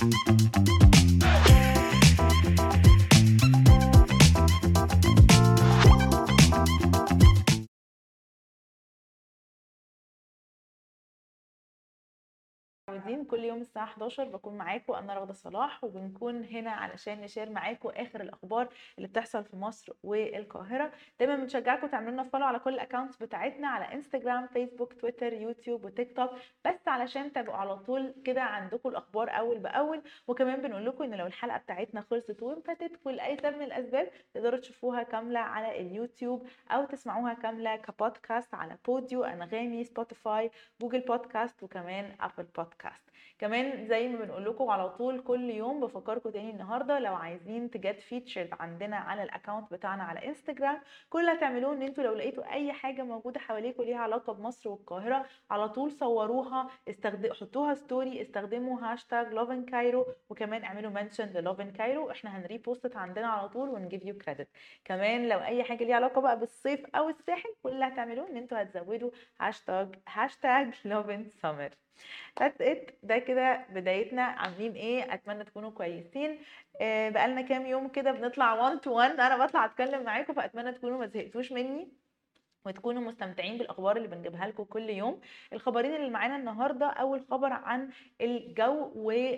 كل يوم الساعة 11 بكون معاكم أنا رغدة صلاح، وبنكون هنا علشان نشير معاكم آخر الأخبار اللي بتحصل في مصر والقاهرة. دايما بنشجعكم تعملوا لنا فولو على كل الأكاونتس بتاعتنا على انستجرام، فيسبوك، تويتر، يوتيوب وتيك توك، بس علشان تبقوا على طول كده عندكم الأخبار أول بأول. وكمان بنقول لكم إن لو الحلقة بتاعتنا خلصت وانفاتت ولأي سبب من الأسباب تقدروا تشوفوها كاملة على اليوتيوب أو تسمعوها كاملة كبودكاست على بوديو، أنغامي، سبوتيفاي، جوجل بودكاست وكمان أبل بودكاست. كمان زي ما بنقول لكم على طول كل يوم بفكركم تاني النهارده لو عايزين تجت فيتشرد عندنا على الاكونت بتاعنا على انستجرام، كل اللي هتعملوه ان انتوا لو لقيتوا اي حاجه موجوده حواليكم ليها علاقه بمصر والقاهره على طول صوروها، حطوها ستوري، استخدموا هاشتاج لوفن كايرو، وكمان اعملوا منشن للوفن كايرو، احنا هنريبوست عندنا على طول ونجيب يو كريدت. كمان لو اي حاجه ليها علاقه بقى بالصيف او الساحل، كل اللي هتعملوه ان انتوا هتزودوا هاشتاج لوفن سمر. That's it. ده كده بدايتنا. عاملين ايه؟ اتمنى تكونوا كويسين. بقالنا كام يوم كده بنطلع 1 to 1، انا بطلع اتكلم معاكم، فاتمنى تكونوا ما زهقتوش مني وتكونوا مستمتعين بالاخبار اللي بنجيبها لكم كل يوم. الخبرين اللي معانا النهارده، اول خبر عن الجو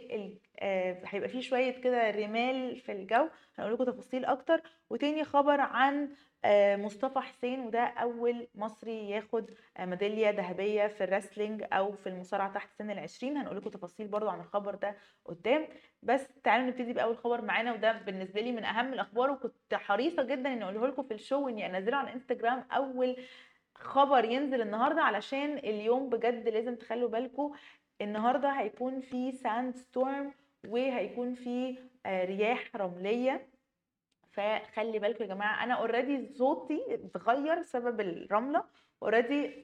هيبقى فيه شويه كده رمال في الجو، هنقول لكم تفاصيل اكتر. وتاني خبر عن مصطفى حسين، وده اول مصري ياخد ميداليه ذهبيه في الرسلينج او في المصارعه تحت سن ال20، هنقول لكم تفاصيل برضو عن الخبر ده قدام. بس تعالوا نبتدي باول خبر معانا، وده بالنسبه لي من اهم الاخبار، وكنت حريصه جدا اني اقوله لكم في الشو واني انزله على انستجرام اول خبر ينزل النهارده، علشان اليوم بجد لازم تخلوا بالكم. النهارده هيكون في ساند ستورم، وهيكون في رياح رمليه، فخلي بالكم يا جماعه. انا اوريدي صوتي اتغير بسبب الرمله، اوريدي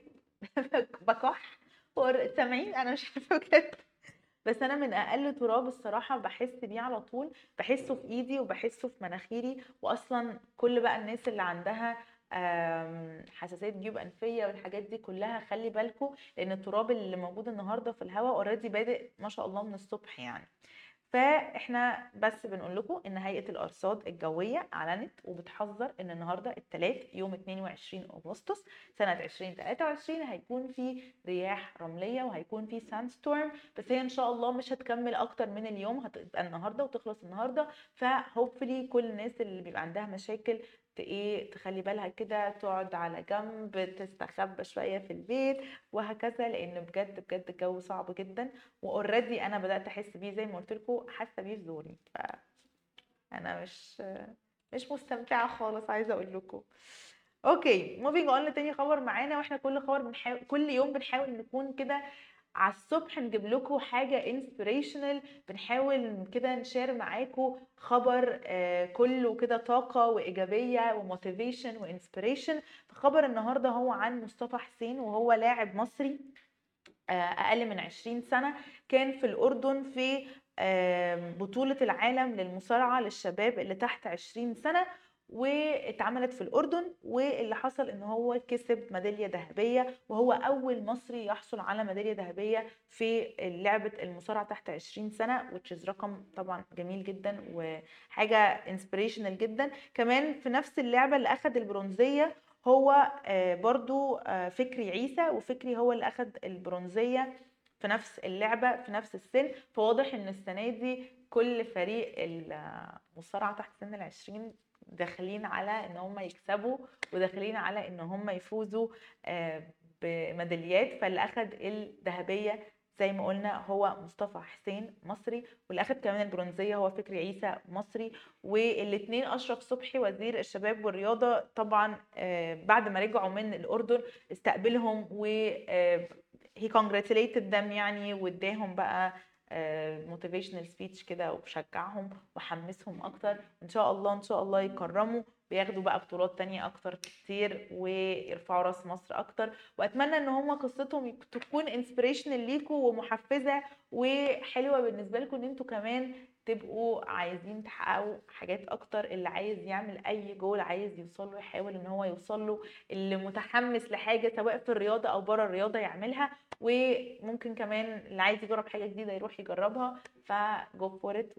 بكح سامعين، انا مش عارفه بجد. بس انا من اقل تراب الصراحه بحس بيه على طول، بحسه في ايدي وبحسه في مناخيري. واصلا كل بقى الناس اللي عندها حساسيه جيوب انفيه والحاجات دي كلها خلي بالكم، لان التراب اللي موجود النهارده في الهواء اوريدي بادئ ما شاء الله من الصبح يعني. فاحنا بس بنقول لكم ان هيئه الارصاد الجويه اعلنت وبتحذر ان النهارده الثلاث يوم 22 اغسطس سنه 2023 هيكون في رياح رمليه وهيكون في ساند ستورم، بس هي ان شاء الله مش هتكمل اكتر من اليوم، هتبقى النهارده وتخلص النهارده. فهوبفلي كل الناس اللي بيبقى عندها مشاكل تخلي بالها كده، تقعد على جنب، تستخبى شويه في البيت وهكذا، لان بجد بجد الجو صعب جدا. واوريدي انا بدات احس بيه زي ما قلت لكم، حاسه بيه في زوري، فانا مش مستمتعه خالص عايزه اقول لكم. اوكي، موفينج اون لتاني خبر معانا. واحنا كل خبر كل يوم بنحاول نكون كده على الصبح نجيب لكم حاجه انسبيريشنال، بنحاول كده نشير معاكم خبر كله كده طاقه وايجابيه وموتيفيشن وانسبيريشن. فخبر النهارده هو عن مصطفى حسين، وهو لاعب مصري أقل من 20 سنة، كان في الأردن في بطولة العالم للمصارعة للشباب اللي تحت 20 سنة، واتعملت في الأردن. واللي حصل إن هو كسب ميدالية ذهبية، وهو أول مصري يحصل على ميدالية ذهبية في لعبة المصارعة تحت 20 سنة، which is رقم طبعا جميل جدا وحاجة inspirational جدا. كمان في نفس اللعبة اللي أخد البرونزية هو برضو فكري عيسى، وفكري هو اللي اخد البرونزية في نفس اللعبة في نفس السن. فواضح ان السنة دي كل فريق المصارعة تحت سن 20 داخلين على ان هم يكسبوا، وداخلين على ان هم يفوزوا بميداليات. فاللي اخد الذهبية زي ما قلنا هو مصطفى حسين مصري، واللي اخد كمان البرونزية هو فكري عيسى مصري. والاثنين اشرف صبحي وزير الشباب والرياضه طبعا بعد ما رجعوا من الاردن استقبلهم و he congratulated them يعني، واداهم بقى motivational speech كده وشجعهم وحمسهم اكتر. ان شاء الله ان شاء الله يكرموا وياخدوا بقى بطولات تانية اكتر كتير ويرفعوا راس مصر اكتر. واتمنى ان هم قصتهم تكون انسبريشنال ليكوا ومحفزه وحلوه بالنسبه لكم، ان انتوا كمان تبقوا عايزين تحققوا حاجات اكتر. اللي عايز يعمل اي جول عايز يوصل له يحاول ان هو يوصل له، اللي متحمس لحاجه سواء في الرياضه او بره الرياضه يعملها، وممكن كمان اللي عايز يجرب حاجه جديده يروح يجربها. فجو فور ات،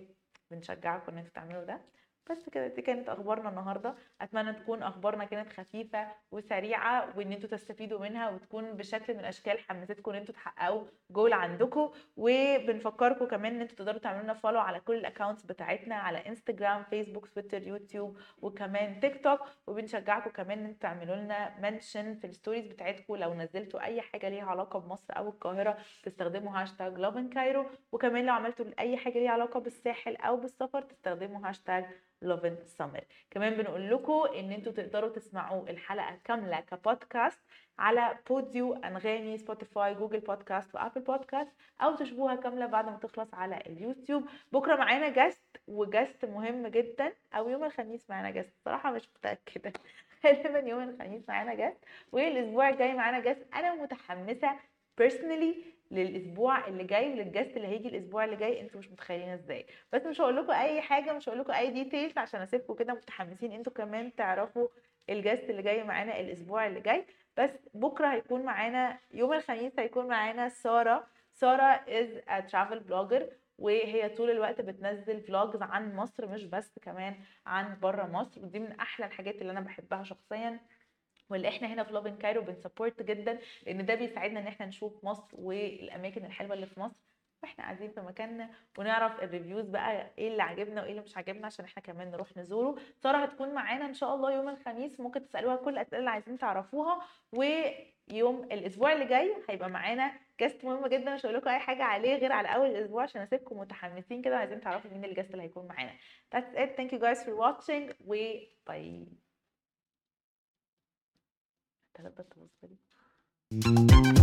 وبنشجعكم ان انتوا تعملوا ده. بس كده دي كانت اخبارنا النهارده. اتمنى تكون اخبارنا كانت خفيفه وسريعه وان انتوا تستفيدوا منها وتكون بشكل من الاشكال حمستكم ان انتوا تحققوا جول عندكم. وبنفكركم كمان ان انتوا تقدروا تعملوا لنا فولو على كل الاكونتس بتاعتنا على انستجرام، فيسبوك، تويتر، يوتيوب، وكمان تيك توك. وبنشجعكم كمان ان انتوا تعملوا لنا منشن في الستوريز بتاعتكم لو نزلتوا اي حاجه ليها علاقه بمصر او القاهره، تستخدموا هاشتاج لوفن كايرو. وكمان لو عملتوا اي حاجه ليها علاقه بالساحل او بالسفر تستخدموا هاشتاج لوفن سمر. كمان بنقول لكم ان انتوا تقدروا تسمعوا الحلقه كامله كبودكاست على بوديو، انغامي، سبوتيفاي، جوجل بودكاست، وابل بودكاست، او تشوفوها كامله بعد ما تخلص على اليوتيوب. بكره معانا جاست، وجاست مهم جدا، او يوم الخميس معانا جاست، صراحه مش متاكده غالبا يوم الخميس معانا جاست. والاسبوع الجاي معانا جاست. انا متحمسه بيرسونالي للاسبوع اللي جاي وللجاست اللي هيجي الاسبوع اللي جاي، انتوا مش متخيلين ازاي. بس مش هقول لكم اي حاجه، مش هقول لكم اي ديتيلز عشان اسيبكم كده متحمسين انتوا كمان تعرفوا الجاست اللي جاي معانا الاسبوع اللي جاي. بس بكره هيكون معانا، يوم الخميس هيكون معانا ساره. ساره is a travel blogger، وهي طول الوقت بتنزل فلوجز عن مصر مش بس كمان عن بره مصر. ودي من احلى الحاجات اللي انا بحبها شخصيا، واللي احنا هنا في لوفن كايرو بنسبورت جدا، لان ده بيساعدنا ان احنا نشوف مصر والاماكن الحلوه اللي في مصر واحنا قاعدين في مكاننا، ونعرف الريفيوز بقى ايه اللي عجبنا وايه اللي مش عجبنا عشان احنا كمان نروح نزوره. ساره هتكون معانا ان شاء الله يوم الخميس، ممكن تسالوها كل الاسئله اللي عايزين تعرفوها. ويوم الاسبوع اللي جاي هيبقى معانا جاست مهم جدا، مش هقول لكم اي حاجه عليه غير على اول الاسبوع عشان اسيبكم متحمسين كده وعايزين تعرفوا مين الجاست اللي هيكون معانا. That's it. Thank you guys for watching. وباي. 3 بس.